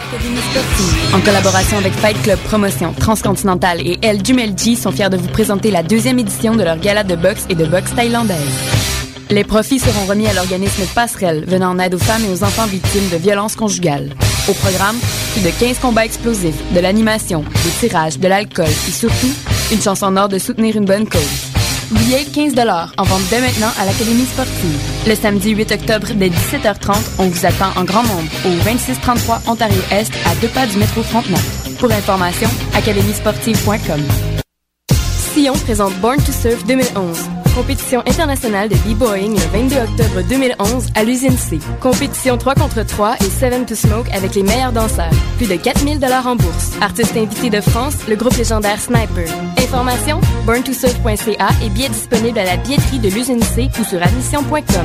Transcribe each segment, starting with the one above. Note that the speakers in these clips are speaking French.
Académie sportive, en collaboration avec Fight Club Promotion, Transcontinental et El Jumelji, sont fiers de vous présenter la 2e édition de leur gala de boxe et de boxe thaïlandaise. Les profits seront remis à l'organisme Passerelle, venant en aide aux femmes et aux enfants victimes de violences conjugales. Au programme, plus de 15 combats explosifs, de l'animation, des tirages, de l'alcool et surtout, une chance en or de soutenir une bonne cause. Billets 15 $ en vente dès maintenant à l'Académie sportive. Le samedi 8 octobre dès 17h30, on vous attend en grand nombre au 2633 Ontario-Est à 2 pas du métro Frontenac. Pour information, académiesportive.com. Sion présente Born to Surf 2011. Compétition internationale de b-boying le 22 octobre 2011 à l'usine C. Compétition 3 contre 3 et 7 to Smoke avec les meilleurs danseurs. Plus de 4 000 $ en bourse. Artistes invités de France, le groupe légendaire Sniper. Information, borntosurf.ca et billets disponibles à la billetterie de l'usine C ou sur admission.com.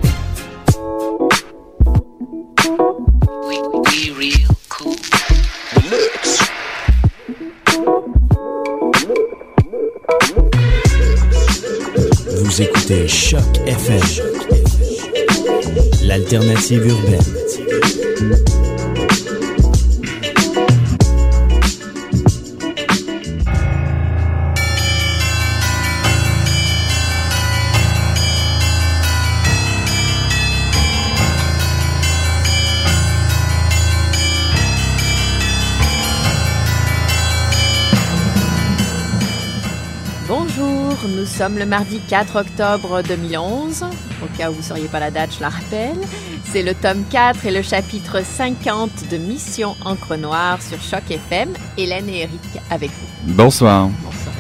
Vous écoutez Choc FM, l'alternative urbaine. Nous sommes le mardi 4 octobre 2011. Au cas où vous ne sauriez pas la date, je la rappelle. C'est le tome 4 et le chapitre 50 de Mission Encre Noire sur Choc FM. Hélène et Eric avec vous. Bonsoir. Bonsoir Eric.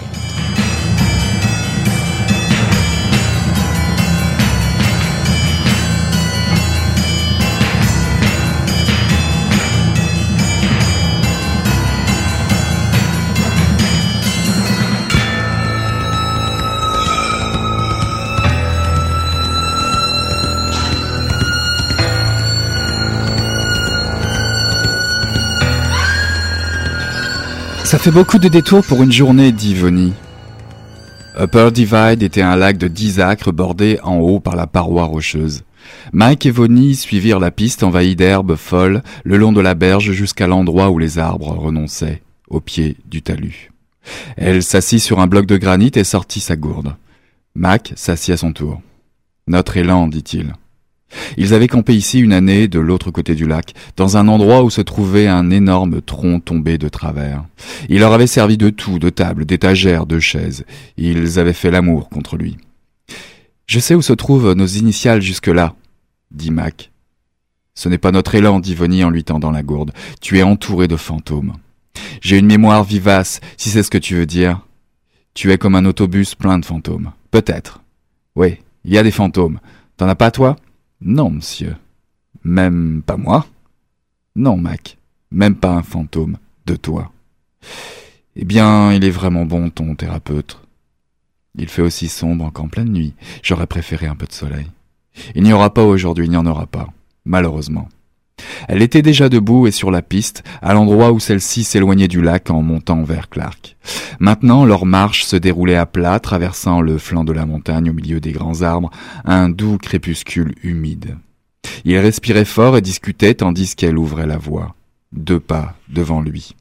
Ça fait beaucoup de détours pour une journée, dit Vonnie. Upper Divide était un lac de 10 acres bordé en haut par la paroi rocheuse. Mike et Vonnie suivirent la piste envahie d'herbes folles le long de la berge jusqu'à l'endroit où les arbres renonçaient, au pied du talus. Elle s'assit sur un bloc de granit et sortit sa gourde. Mac s'assit à son tour. « Notre élan, dit-il. » Ils avaient campé ici une année de l'autre côté du lac, dans un endroit où se trouvait un énorme tronc tombé de travers. Il leur avait servi de tout, de table, d'étagère, de chaises. Ils avaient fait l'amour contre lui. « Je sais où se trouvent nos initiales jusque-là, » dit Mac. « Ce n'est pas notre élan, dit Vonnie en lui tendant la gourde. Tu es entouré de fantômes. J'ai une mémoire vivace, si c'est ce que tu veux dire. Tu es comme un autobus plein de fantômes. Peut-être. Oui, il y a des fantômes. T'en as pas, toi ? Non, monsieur. Même pas moi ? Non, Mac. Même pas un fantôme de toi. Eh bien, il est vraiment bon, ton thérapeute. Il fait aussi sombre qu'en pleine nuit. J'aurais préféré un peu de soleil. Il n'y aura pas aujourd'hui, il n'y en aura pas. Malheureusement. Elle était déjà debout et sur la piste, à l'endroit où celle-ci s'éloignait du lac en montant vers Clark. Maintenant, leur marche se déroulait à plat, traversant le flanc de la montagne au milieu des grands arbres, un doux crépuscule humide. Ils respiraient fort et discutaient tandis qu'elle ouvrait la voie, 2 pas devant lui.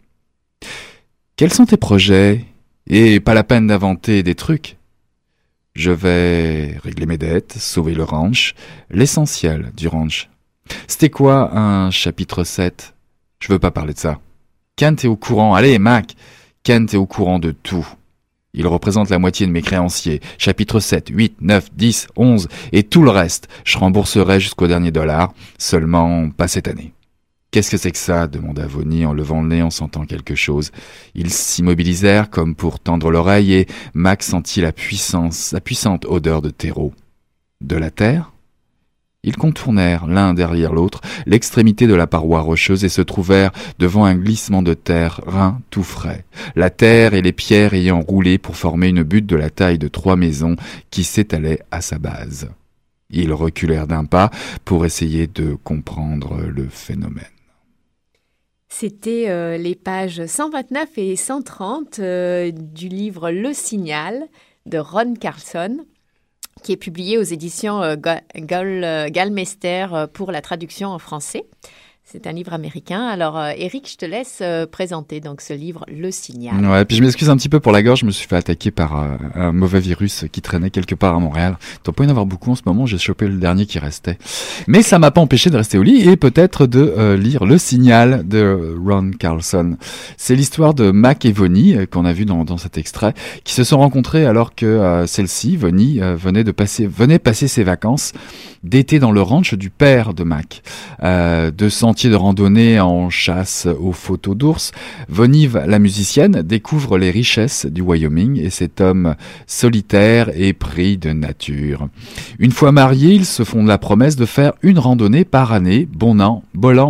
« Quels sont tes projets ? Et pas la peine d'inventer des trucs. Je vais régler mes dettes, sauver le ranch, l'essentiel du ranch. C'était quoi un chapitre 7 ? Je veux pas parler de ça. Kent est au courant. Allez, Mac, Kent est au courant de tout. Il représente la moitié de mes créanciers. Chapitre 7, 8, 9, 10, 11 et tout le reste. Je rembourserai jusqu'au dernier dollar, seulement pas cette année. Qu'est-ce que c'est que ça ? Demanda Vonnie en levant le nez en sentant quelque chose. Ils s'immobilisèrent comme pour tendre l'oreille et Mac sentit la puissante odeur de terreau. De la terre ? Ils contournèrent, l'un derrière l'autre, l'extrémité de la paroi rocheuse et se trouvèrent devant un glissement de terrain tout frais, la terre et les pierres ayant roulé pour former une butte de la taille de 3 maisons qui s'étalait à sa base. Ils reculèrent d'un pas pour essayer de comprendre le phénomène. C'était les pages 129 et 130 du livre Le Signal de Ron Carlson, qui est publié aux éditions Gallmeister pour la traduction en français. C'est un livre américain. Alors, Éric, je te laisse présenter donc ce livre, Le Signal. Ouais, puis je m'excuse un petit peu pour la gorge, je me suis fait attaquer par un mauvais virus qui traînait quelque part à Montréal. Il doit pas y en avoir beaucoup en ce moment, j'ai chopé le dernier qui restait. Mais ça m'a pas empêché de rester au lit et peut-être de lire Le Signal de Ron Carlson. C'est l'histoire de Mac et Vonnie, qu'on a vu dans cet extrait, qui se sont rencontrés alors que celle-ci, Vonnie, venait passer ses vacances d'été dans le ranch du père de Mac. De sentiers de randonnée en chasse aux photos d'ours, Vonnie, la musicienne, découvre les richesses du Wyoming et cet homme solitaire et pris de nature. Une fois mariés, ils se font la promesse de faire une randonnée par année, bon an,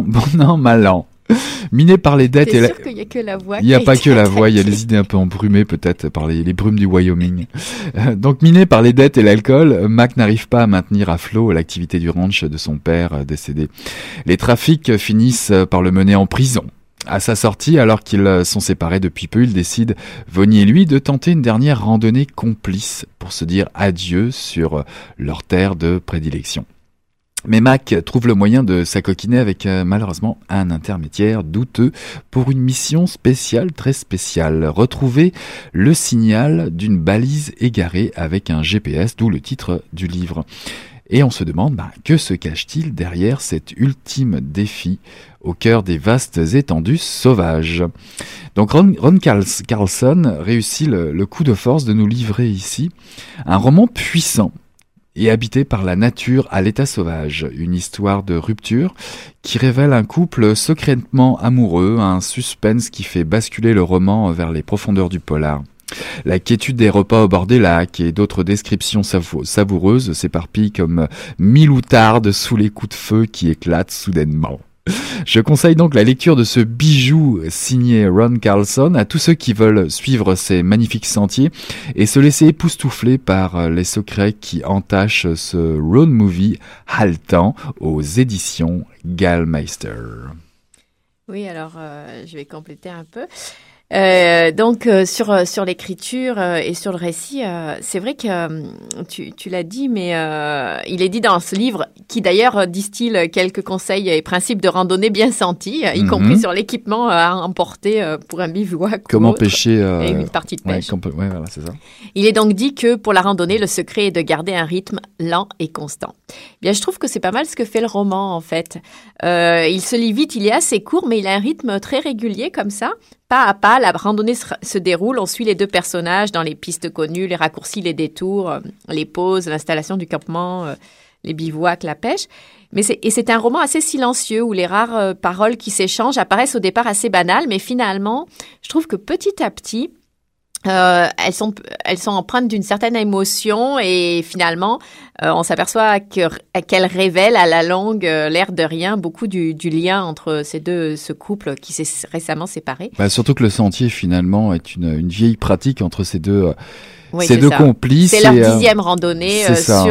mal an. Miné par les dettes et sûr qu'il n'y a que la voix. Il n'y a pas que la voix, il y a les idées un peu embrumées peut-être par les brumes du Wyoming. Donc miné par les dettes et l'alcool, Mac n'arrive pas à maintenir à flot l'activité du ranch de son père décédé. Les trafics finissent par le mener en prison. À sa sortie, alors qu'ils sont séparés depuis peu, il décide, Vonnie et lui, de tenter une dernière randonnée complice pour se dire adieu sur leur terre de prédilection. Mais Mac trouve le moyen de s'acoquiner avec malheureusement un intermédiaire douteux pour une mission spéciale, très spéciale. Retrouver le signal d'une balise égarée avec un GPS, d'où le titre du livre. Et on se demande, que se cache-t-il derrière cet ultime défi au cœur des vastes étendues sauvages? Donc Ron Carlson réussit le coup de force de nous livrer ici un roman puissant et habité par la nature à l'état sauvage. Une histoire de rupture qui révèle un couple secrètement amoureux, un suspense qui fait basculer le roman vers les profondeurs du polar. La quiétude des repas au bord des lacs et d'autres descriptions savoureuses s'éparpillent comme 1000 outardes sous les coups de feu qui éclatent soudainement. Je conseille donc la lecture de ce bijou signé Ron Carlson à tous ceux qui veulent suivre ces magnifiques sentiers et se laisser époustoufler par les secrets qui entachent ce road movie haletant aux éditions Gallmeister. Oui, alors je vais compléter un peu. Sur l'écriture et sur le récit, c'est vrai que tu l'as dit, mais il est dit dans ce livre, qui d'ailleurs distille quelques conseils et principes de randonnée bien sentis, y compris sur l'équipement à emporter pour un bivouac. Comment pêcher et une partie de pêche. Voilà, c'est ça. Il est donc dit que pour la randonnée, le secret est de garder un rythme lent et constant. Bien, je trouve que c'est pas mal ce que fait le roman en fait. Il se lit vite, il est assez court, mais il a un rythme très régulier comme ça. Pas à pas, la randonnée se déroule. On suit les deux personnages dans les pistes connues, les raccourcis, les détours, les pauses, l'installation du campement, les bivouacs, la pêche. C'est un roman assez silencieux où les rares paroles qui s'échangent apparaissent au départ assez banales, mais finalement, je trouve que petit à petit, elles sont empreintes d'une certaine émotion et finalement, on s'aperçoit qu'elles révèlent à la longue, l'air de rien, beaucoup du lien entre ce couple qui s'est récemment séparé. Surtout que le sentier finalement est une vieille pratique entre ces deux. Oui, ces deux complices. C'est leur 10e randonnée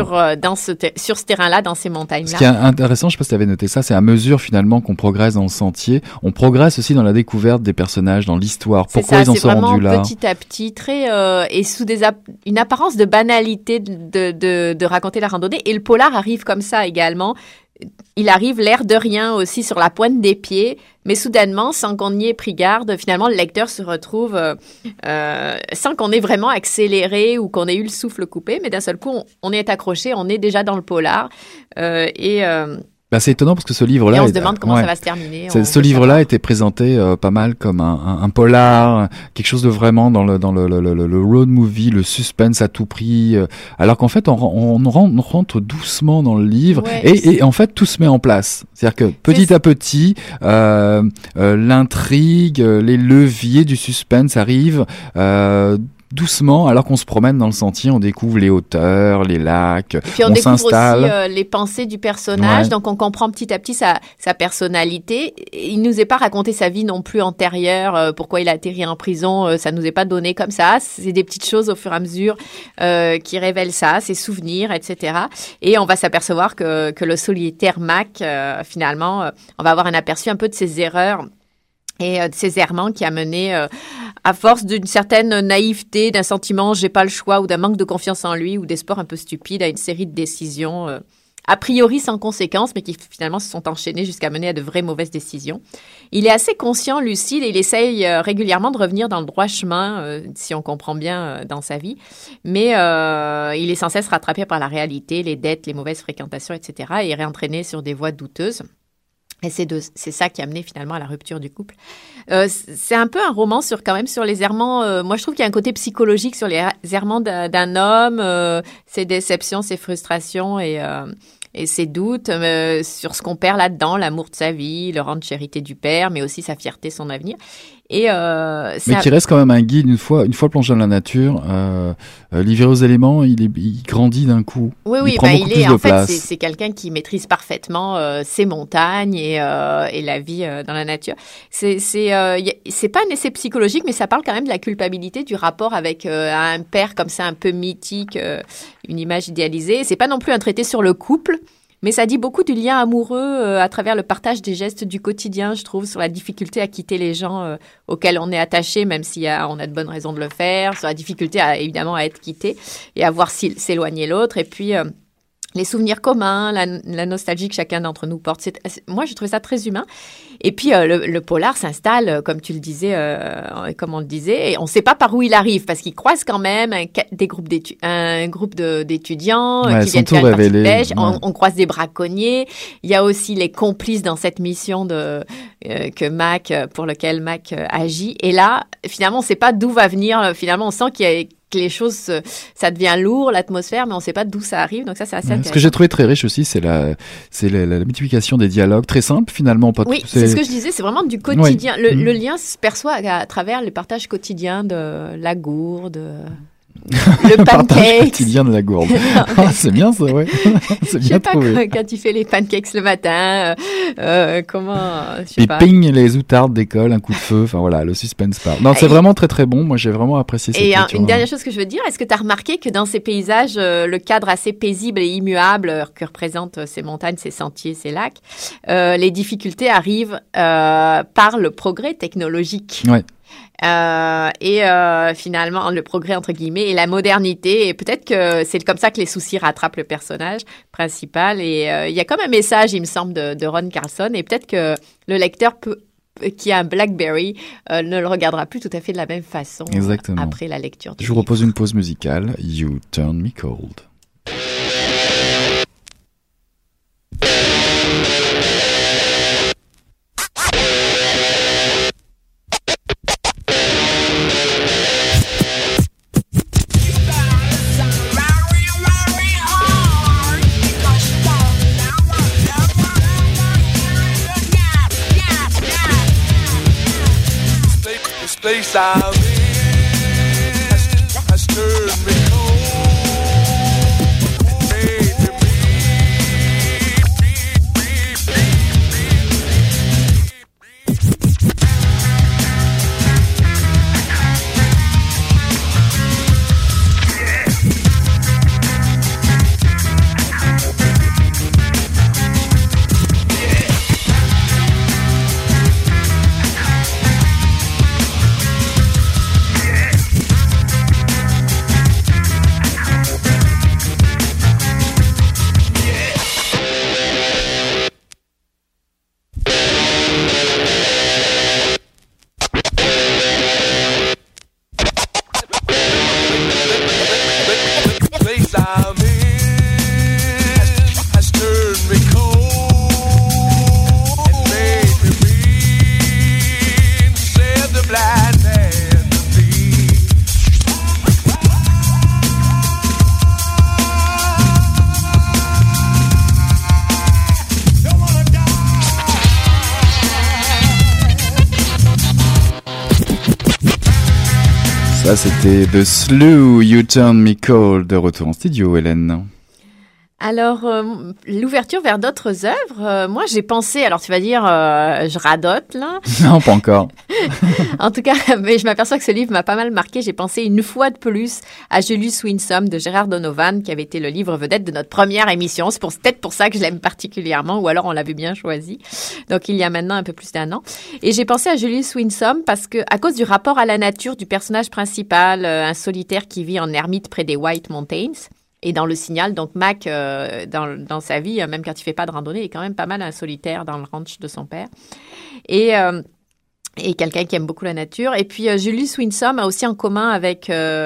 sur ce terrain-là, dans ces montagnes-là. Ce qui est intéressant, je ne sais pas si tu avais noté ça, c'est à mesure finalement qu'on progresse dans le sentier, on progresse aussi dans la découverte des personnages, dans l'histoire. Pourquoi ils en sont rendus là ? Petit à petit, et sous une apparence de banalité de raconter la randonnée. Et le polar arrive comme ça également. Il arrive l'air de rien aussi sur la pointe des pieds, mais soudainement, sans qu'on y ait pris garde, finalement, le lecteur se retrouve sans qu'on ait vraiment accéléré ou qu'on ait eu le souffle coupé, mais d'un seul coup, on est accroché, on est déjà dans le polar. C'est étonnant parce que ce livre-là... Et on se demande comment ça va se terminer. Ce livre-là était présenté pas mal comme un polar, quelque chose de vraiment dans le road movie, le suspense à tout prix, alors qu'en fait, on rentre doucement dans le livre et en fait, tout se met en place. C'est-à-dire que petit à petit, l'intrigue, les leviers du suspense arrivent doucement, alors qu'on se promène dans le sentier, on découvre les hauteurs, les lacs, et puis on découvre s'installe. Aussi les pensées du personnage, donc on comprend petit à petit sa personnalité. Il nous est pas raconté sa vie non plus antérieure, pourquoi il a atterri en prison, ça nous est pas donné comme ça. C'est des petites choses au fur et à mesure qui révèlent ça, ses souvenirs, etc. Et on va s'apercevoir que le solitaire Mac, finalement, on va avoir un aperçu un peu de ses erreurs et de ces errements qui a mené, à force d'une certaine naïveté, d'un sentiment « j'ai pas le choix » ou d'un manque de confiance en lui ou d'espoir un peu stupide, à une série de décisions a priori sans conséquence, mais qui finalement se sont enchaînées jusqu'à mener à de vraies mauvaises décisions. Il est assez conscient, lucide, et il essaye régulièrement de revenir dans le droit chemin, si on comprend bien, dans sa vie. Mais il est sans cesse rattrapé par la réalité, les dettes, les mauvaises fréquentations, etc. et réentraîné sur des voies douteuses. Et c'est ça qui a amené finalement à la rupture du couple. C'est un peu un roman sur les errements. Moi, je trouve qu'il y a un côté psychologique sur les errements d'un homme, ses déceptions, ses frustrations et ses doutes sur ce qu'on perd là-dedans, l'amour de sa vie, le rang de charité du père, mais aussi sa fierté, son avenir. Mais qui reste quand même un guide une fois plongé dans la nature, livré aux éléments, il grandit d'un coup. Oui, il prend beaucoup plus de place. C'est quelqu'un qui maîtrise parfaitement ses montagnes et la vie dans la nature. C'est pas un essai psychologique, mais ça parle quand même de la culpabilité du rapport avec un père comme ça un peu mythique, une image idéalisée. C'est pas non plus un traité sur le couple. Mais ça dit beaucoup du lien amoureux à travers le partage des gestes du quotidien, je trouve, sur la difficulté à quitter les gens auxquels on est attaché, même si on a de bonnes raisons de le faire, sur la difficulté évidemment à être quitté et à voir s'éloigner l'autre. Et puis, les souvenirs communs, la nostalgie que chacun d'entre nous porte. Moi, j'ai trouvé ça très humain. Et puis, le polar s'installe, comme tu le disais, comme on le disait, et on ne sait pas par où il arrive, parce qu'il croise quand même un groupe d'étudiants qui viennent faire une partie de pêche. On croise des braconniers. Il y a aussi les complices dans cette mission pour lequel Mac agit. Et là, finalement, on ne sait pas d'où va venir. Finalement, on sent que les choses, ça devient lourd, l'atmosphère, mais on ne sait pas d'où ça arrive. Donc ça, c'est assez intéressant. Ce que j'ai trouvé très riche aussi, c'est la multiplication des dialogues, très simples finalement. C'est ce que je disais, c'est vraiment du quotidien. Oui. Le lien se perçoit à travers le partage quotidien de la gourde, le pancake quotidien de la gourde. C'est bien ça, ouais. C'est bien trouvé. Je sais pas quand tu fais les pancakes le matin, ping, les outardes d'école, un coup de feu, enfin voilà, le suspense part. Non, c'est vraiment très très bon. Moi, j'ai vraiment apprécié cette lecture. Et une dernière chose que je veux dire, est-ce que tu as remarqué que dans ces paysages, le cadre assez paisible et immuable que représentent ces montagnes, ces sentiers, ces lacs, les difficultés arrivent par le progrès technologique. Ouais. Finalement le progrès entre guillemets et la modernité, et peut-être que c'est comme ça que les soucis rattrapent le personnage principal, et il y a comme un message, il me semble, de Ron Carlson, et peut-être que le lecteur qui a un Blackberry ne le regardera plus tout à fait de la même façon. Exactement. Après la lecture du livre. Je vous propose une pause musicale. You Turn Me Cold. Place I'm in has turned me cold, made me Ça, c'était The Slough, You Turn Me Cold, de retour en studio, Hélène. Alors, l'ouverture vers d'autres œuvres, moi j'ai pensé, alors tu vas dire, je radote là. Non, pas encore. En tout cas, mais je m'aperçois que ce livre m'a pas mal marqué. J'ai pensé une fois de plus à Julius Winsome de Gérard Donovan, qui avait été le livre vedette de notre première émission. C'est peut-être pour ça que je l'aime particulièrement, ou alors on l'avait bien choisi. Donc il y a maintenant un peu plus d'1 an. Et j'ai pensé à Julius Winsome parce que, à cause du rapport à la nature du personnage principal, un solitaire qui vit en ermite près des White Mountains, Et dans Le Signal, donc Mac, dans sa vie, même quand il fait pas de randonnée, il est quand même pas mal un solitaire dans le ranch de son père. Et quelqu'un qui aime beaucoup la nature. Et puis, Julius Winsome a aussi en commun avec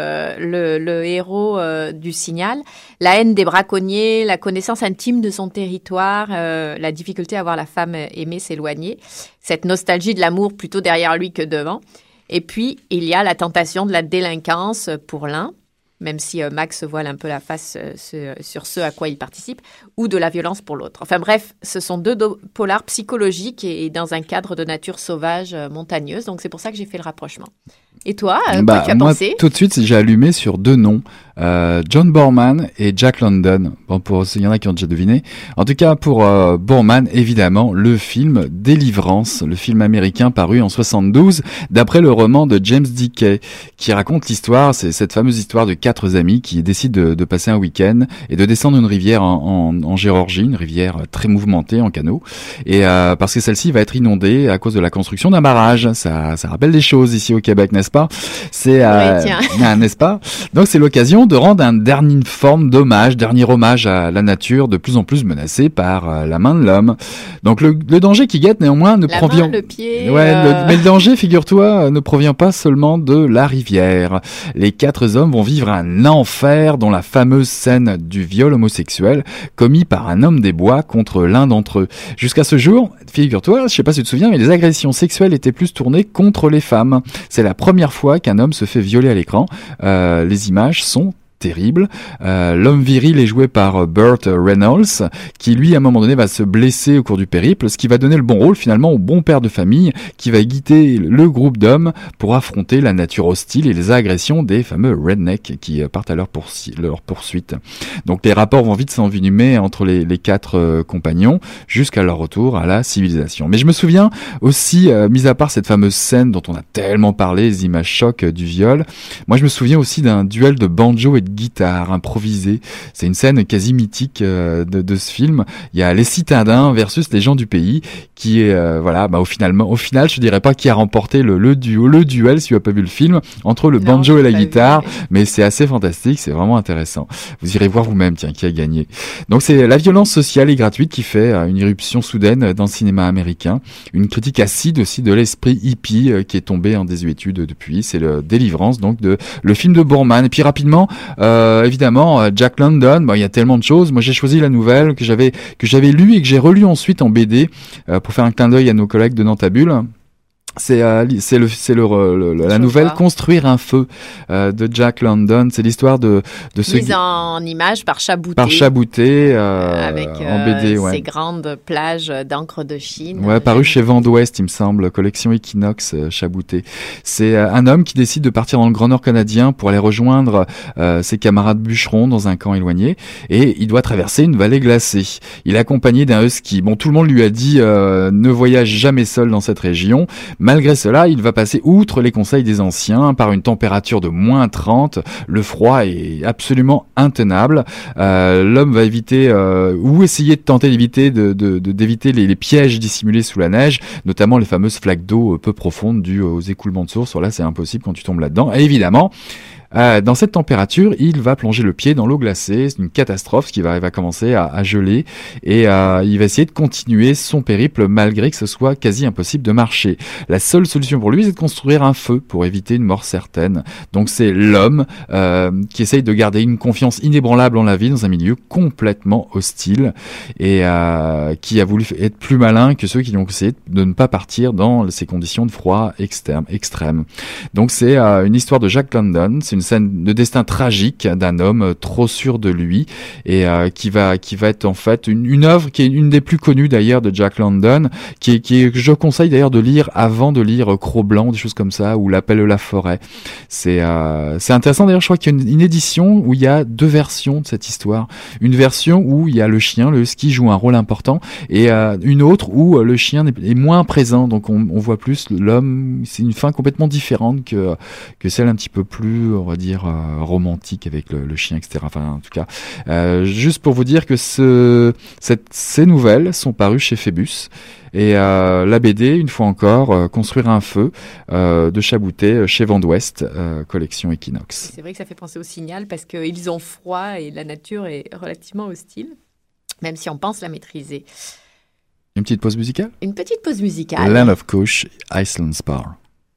le héros du Signal la haine des braconniers, la connaissance intime de son territoire, la difficulté à voir la femme aimée s'éloigner, cette nostalgie de l'amour plutôt derrière lui que devant. Et puis, il y a la tentation de la délinquance pour l'un, même si Max se voile un peu la face sur ce à quoi il participe, ou de la violence pour l'autre. Enfin bref, ce sont deux polars psychologiques et dans un cadre de nature sauvage montagneuse, donc c'est pour ça que j'ai fait le rapprochement. Et toi, quoi tu as pensé ? Tout de suite, j'ai allumé sur deux noms, John Boorman et Jack London. Bon, il y en a qui ont déjà deviné. En tout cas, pour Boorman, évidemment, le film Délivrance, le film américain paru en 72, d'après le roman de James Dickey, qui raconte l'histoire, c'est cette fameuse histoire de 4 amis qui décident de passer un week-end et de descendre une rivière en Géorgie, une rivière très mouvementée en canot, et parce que celle-ci va être inondée à cause de la construction d'un barrage. Ça rappelle des choses ici au Québec, n'est-ce pas ? C'est n'est-ce pas ? Donc c'est l'occasion de rendre un dernier hommage à la nature de plus en plus menacée par la main de l'homme. Donc le danger qui guette néanmoins ne provient le pied. Mais le danger, figure-toi, ne provient pas seulement de la rivière. Les 4 hommes vont vivre un enfer dont la fameuse scène du viol homosexuel commis par un homme des bois contre l'un d'entre eux. Jusqu'à ce jour, figure-toi, je sais pas si tu te souviens, mais les agressions sexuelles étaient plus tournées contre les femmes. C'est la première fois qu'un homme se fait violer à l'écran. Les images sont terrible. L'homme viril est joué par Burt Reynolds, qui lui à un moment donné va se blesser au cours du périple, ce qui va donner le bon rôle finalement au bon père de famille qui va guider le groupe d'hommes pour affronter la nature hostile et les agressions des fameux rednecks qui partent à leur poursuite. Donc les rapports vont vite s'envenimer entre les 4 compagnons jusqu'à leur retour à la civilisation. Mais je me souviens aussi, mis à part cette fameuse scène dont on a tellement parlé, les images chocs du viol, moi je me souviens aussi d'un duel de banjo et de guitare improvisée. C'est une scène quasi mythique de ce film. Il y a les citadins versus les gens du pays qui est au final je dirais pas qui a remporté le duel si tu as pas vu le film entre le banjo et la guitare, mais c'est assez fantastique, c'est vraiment intéressant. Vous irez voir vous-même qui a gagné. Donc c'est la violence sociale et gratuite qui fait une irruption soudaine dans le cinéma américain, une critique acide aussi de l'esprit hippie qui est tombé en désuétude depuis. C'est le Délivrance donc le film de Boorman. Et puis rapidement évidemment Jack London, il y a tellement de choses. Moi j'ai choisi la nouvelle que j'avais lue et que j'ai relue ensuite en BD pour faire un clin d'œil à nos collègues de Nantabule. C'est la nouvelle Construire un feu de Jack London. C'est l'histoire de ce mise en image par Chabouté. Avec en BD, ces grandes plages d'encre de Chine. Ouais, paru chez Vent d'Ouest, il me semble, collection Equinox Chabouté. C'est un homme qui décide de partir dans le Grand Nord canadien pour aller rejoindre ses camarades bûcherons dans un camp éloigné, et il doit traverser une vallée glacée. Il est accompagné d'un husky. Bon, tout le monde lui a dit ne voyage jamais seul dans cette région. Malgré cela, il va passer outre les conseils des anciens par une température de moins 30. Le froid est absolument intenable. L'homme va éviter ou essayer de tenter d'éviter d'éviter les pièges dissimulés sous la neige, notamment les fameuses flaques d'eau peu profondes dues aux écoulements de source. Là, c'est impossible quand tu tombes là-dedans. Et évidemment, dans cette température, il va plonger le pied dans l'eau glacée. C'est une catastrophe, ce qui va commencer à geler, et il va essayer de continuer son périple malgré que ce soit quasi impossible de marcher. La seule solution pour lui, c'est de construire un feu pour éviter une mort certaine. Donc c'est l'homme qui essaye de garder une confiance inébranlable en la vie dans un milieu complètement hostile, et qui a voulu être plus malin que ceux qui ont essayé de ne pas partir dans ces conditions de froid extrême. Donc c'est une histoire de Jack London. C'est une scène de destin tragique d'un homme trop sûr de lui, et qui va être en fait une œuvre qui est une des plus connues d'ailleurs de Jack London, qui je conseille d'ailleurs de lire avant de lire Cro-Blanc, des choses comme ça, ou L'Appel de la forêt. C'est intéressant d'ailleurs. Je crois qu'il y a une édition où il y a 2 versions de cette histoire. Une version où il y a le chien, le husky joue un rôle important, et une autre où le chien est moins présent, donc on voit plus l'homme. C'est une fin complètement différente que celle un petit peu plus, on va va dire, romantique avec le chien, etc. Enfin, en tout cas, juste pour vous dire que ces nouvelles sont parues chez Phébus. Et la BD, une fois encore, Construire un feu, de Chaboutet, chez Vent d'Ouest, collection Equinox. C'est vrai que ça fait penser au Signal parce qu'ils ont froid et la nature est relativement hostile, même si on pense la maîtriser. Une petite pause musicale ? Une petite pause musicale. Land of Kush, Iceland Spar.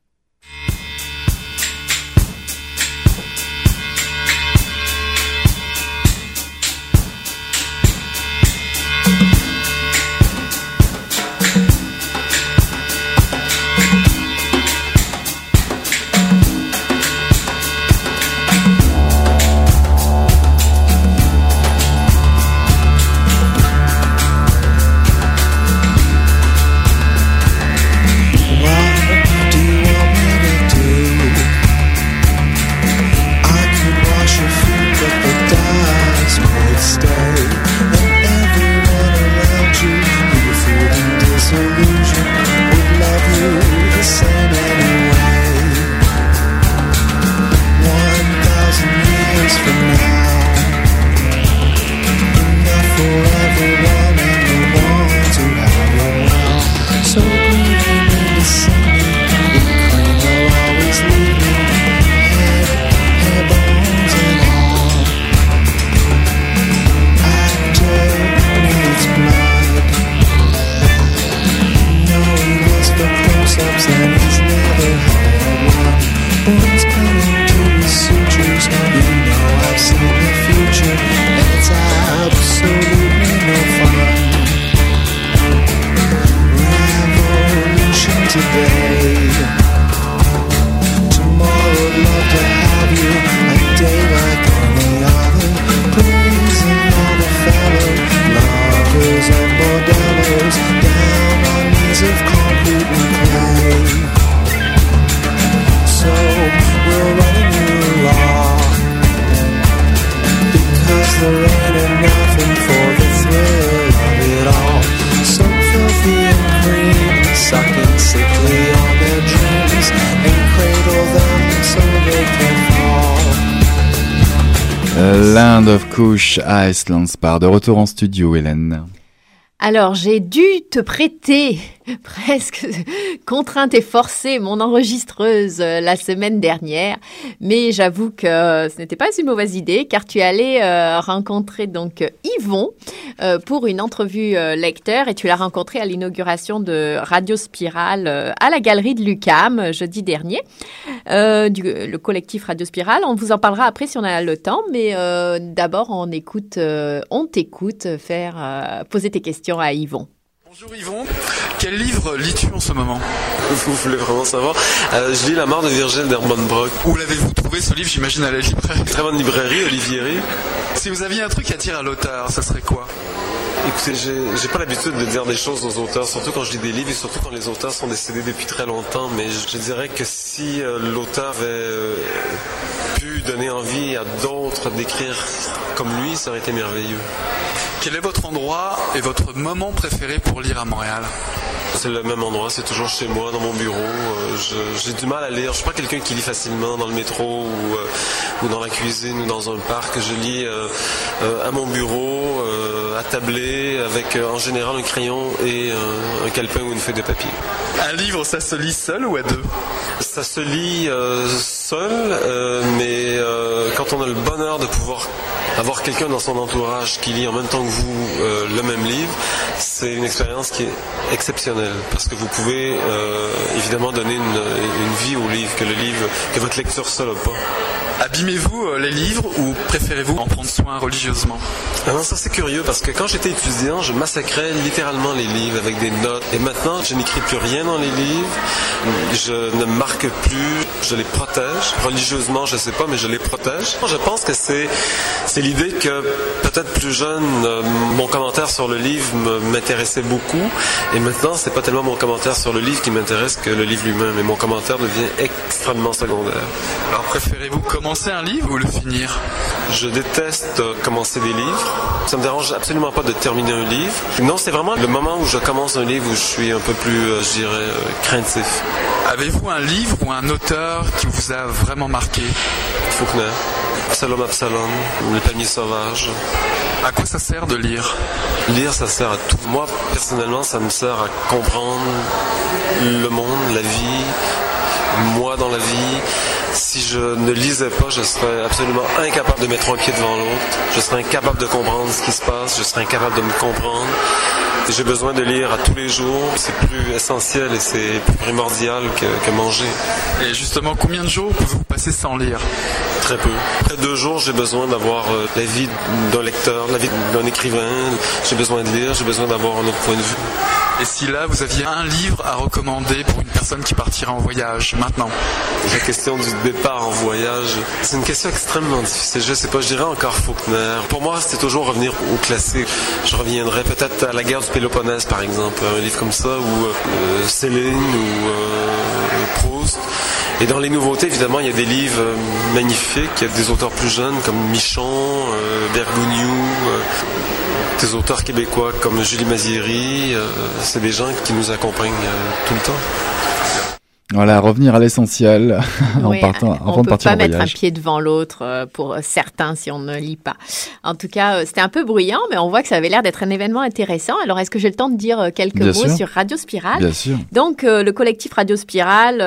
Land of Kush, Iceland Spar. De retour en studio, Hélène. Alors, j'ai dû te prêter, presque contrainte et forcée, mon enregistreuse la semaine dernière, mais j'avoue que ce n'était pas une mauvaise idée, car tu allais rencontrer donc Yvon pour une entrevue lecteur, et tu l'as rencontré à l'inauguration de Radio Spirale à la galerie de l'UQAM jeudi dernier, le collectif Radio Spirale. On vous en parlera après si on a le temps, mais d'abord on t'écoute poser tes questions à Yvon. Bonjour Yvon, quel livre lis-tu en ce moment ? Vous voulez vraiment savoir ? Je lis La mort de Virgile d'Hermann Brock. Où l'avez-vous trouvé ce livre, j'imagine, à la librairie ? Très bonne librairie, Olivieri. Si vous aviez un truc à dire à l'auteur, ça serait quoi ? Écoutez, j'ai pas l'habitude de dire des choses aux auteurs, surtout quand je lis des livres et surtout quand les auteurs sont décédés depuis très longtemps, mais je dirais que si l'auteur avait pu donner envie à d'autres d'écrire comme lui, ça aurait été merveilleux. Quel est votre endroit et votre moment préféré pour lire à Montréal ? C'est le même endroit, c'est toujours chez moi, dans mon bureau. J'ai du mal à lire. Je suis pas quelqu'un qui lit facilement dans le métro ou dans la cuisine ou dans un parc. Je lis à mon bureau, attablé, avec en général un crayon et un calepin ou une feuille de papier. Un livre, ça se lit seul ou à deux ? Ça se lit seul, mais quand on a le bonheur de pouvoir avoir quelqu'un dans son entourage qui lit en même temps que vous le même livre, c'est une expérience qui est exceptionnelle parce que vous pouvez évidemment donner une vie au livre que votre lecture seule n'a pas. Abîmez-vous les livres ou préférez-vous en prendre soin religieusement ? Ah non, ça c'est curieux parce que quand j'étais étudiant, je massacrais littéralement les livres avec des notes. Et maintenant, je n'écris plus rien dans les livres. Je ne marque plus, je les protège. Religieusement, je sais pas, mais je les protège. Je pense que c'est l'idée que peut-être plus jeune, mon commentaire sur le livre m'intéressait beaucoup. Et maintenant, c'est pas tellement mon commentaire sur le livre qui m'intéresse que le livre lui-même. Et mon commentaire devient extrêmement secondaire. Alors préférez-vous commencer un livre ou le finir ? Je déteste commencer des livres. Ça me dérange absolument pas de terminer un livre. Non, c'est vraiment le moment où je commence un livre où je suis un peu plus, je dirais, craintif. Avez-vous un livre ou un auteur qui vous a vraiment marqué? Faulkner, Absalom, Le Panier Sauvage. À quoi ça sert de lire? Lire, ça sert à tout. Moi, personnellement, ça me sert à comprendre le monde, la vie, moi dans la vie. Si je ne lisais pas, je serais absolument incapable de mettre un pied devant l'autre. Je serais incapable de comprendre ce qui se passe. Je serais incapable de me comprendre. J'ai besoin de lire à tous les jours. C'est plus essentiel et c'est plus primordial que manger. Et justement, combien de jours pouvez-vous passer sans lire? Très peu. Après 2 jours, j'ai besoin d'avoir la vie d'un lecteur, la vie d'un écrivain. J'ai besoin de lire, j'ai besoin d'avoir un autre point de vue. Et si là, vous aviez un livre à recommander pour une personne qui partira en voyage, maintenant? La question du départ en voyage, c'est une question extrêmement difficile. Je sais pas, je dirais encore Faulkner. Pour moi, c'est toujours revenir au classique. Je reviendrai peut-être à la guerre du Péloponnèse, par exemple. Un livre comme ça, ou Céline, ou Proust. Et dans les nouveautés, évidemment, il y a des livres magnifiques. Il y a des auteurs plus jeunes comme Michon, Bergogneau, des auteurs québécois comme Julie Mazieri. C'est des gens qui nous accompagnent tout le temps. Voilà, revenir à l'essentiel en partant avant de partir en voyage. On peut pas mettre un pied devant l'autre pour certains si on ne lit pas. En tout cas, c'était un peu bruyant, mais on voit que ça avait l'air d'être un événement intéressant. Alors, est-ce que j'ai le temps de dire quelques mots sur Radio Spirale? Bien sûr. Donc, le collectif Radio Spirale,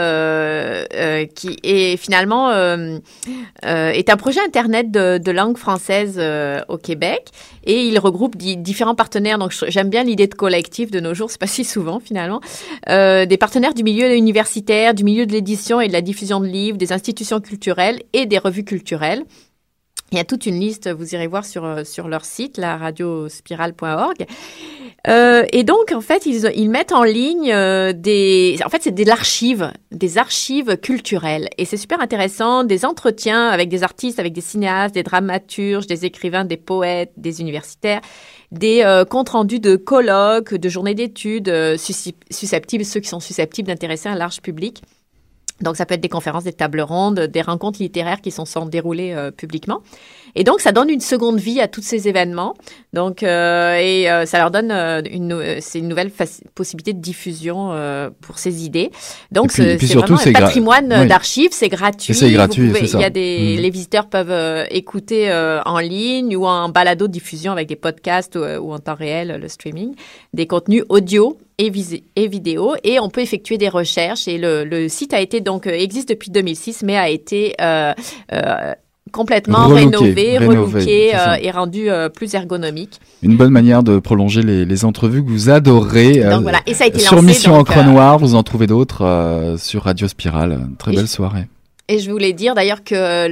qui est finalement est un projet internet de langue française au Québec, et il regroupe différents partenaires. Donc, j'aime bien l'idée de collectif de nos jours. C'est pas si souvent finalement. Des partenaires du milieu universitaire, du milieu de l'édition et de la diffusion de livres, des institutions culturelles et des revues culturelles. Il y a toute une liste, vous irez voir sur leur site, la radiospirale.org. Et donc, en fait, ils mettent en ligne c'est des archives culturelles. Et c'est super intéressant, des entretiens avec des artistes, avec des cinéastes, des dramaturges, des écrivains, des poètes, des universitaires, des comptes rendus de colloques, de journées d'études, ceux qui sont susceptibles d'intéresser un large public. Donc, ça peut être des conférences, des tables rondes, des rencontres littéraires qui sont déroulées publiquement. Et donc, ça donne une seconde vie à tous ces événements. Donc, ça leur donne c'est une nouvelle possibilité de diffusion pour ces idées. Donc, c'est surtout, vraiment un patrimoine d'archives. C'est gratuit. C'est gratuit, c'est ça. Il y a les visiteurs peuvent écouter en ligne ou en balado-diffusion avec des podcasts ou en temps réel, le streaming, des contenus audio et vidéo, et on peut effectuer des recherches. Et le site a été existe depuis 2006, mais a été complètement rénové, relooké et rendu plus ergonomique. Une bonne manière de prolonger les entrevues que vous adorez. Donc voilà, et ça a été sur lancé, Mission Encre Noire, vous en trouvez d'autres sur Radio Spirale. Très belle soirée. Et je voulais dire d'ailleurs que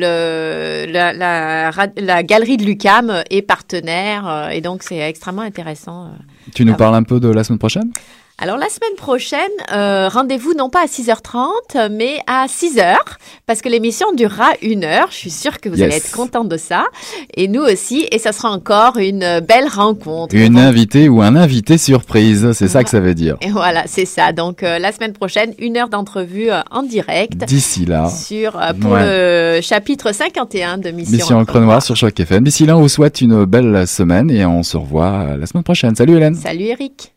la galerie de l'UQAM est partenaire, et donc c'est extrêmement intéressant. Tu nous parles un peu de la semaine prochaine ? Alors, la semaine prochaine, rendez-vous non pas à 6h30, mais à 6h, parce que l'émission durera 1 heure. Je suis sûre que vous allez être contents de ça. Et nous aussi. Et ça sera encore une belle rencontre. Une invitée ou un invité surprise. C'est ça que ça veut dire. Et voilà, c'est ça. Donc, la semaine prochaine, 1 heure d'entrevue en direct. D'ici là. Pour le chapitre 51 de Mission Encre Noire sur Choc FM. D'ici là, on vous souhaite une belle semaine et on se revoit la semaine prochaine. Salut Hélène. Salut Eric.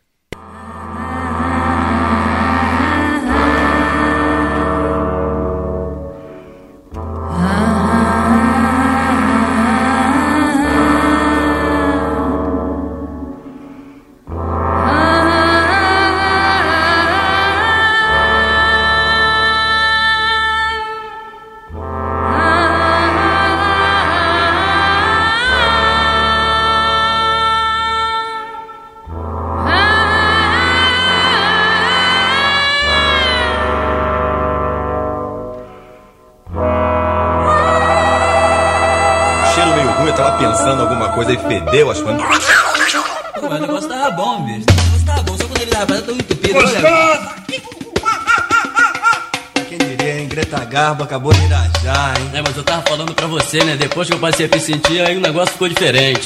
Pensando alguma coisa e fedeu as coisas. Pô, mas o negócio tava bom, bicho. O negócio tava bom, só quando ele tava tão entupido. Quem diria, hein? Greta Garbo acabou de irajar, hein? É, mas eu tava falando pra você, né? Depois que eu passei a me sentir, aí o negócio ficou diferente.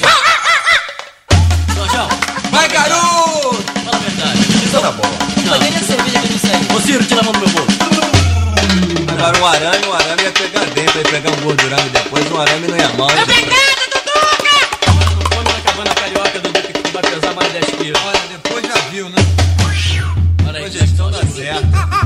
João, vai, garoto! Fala a verdade. Isso tá bom. Não, nem a cerveja que não serve. Ô, Ciro, tira a mão do meu bolso. Agora um arame ia pegar dentro, ia pegar um gordurame depois, um arame não ia mal. Carioca, Dudu, que vai pesar mais 10 quilos. Olha, depois já viu, né? Olha aí, depois gestão dá certo.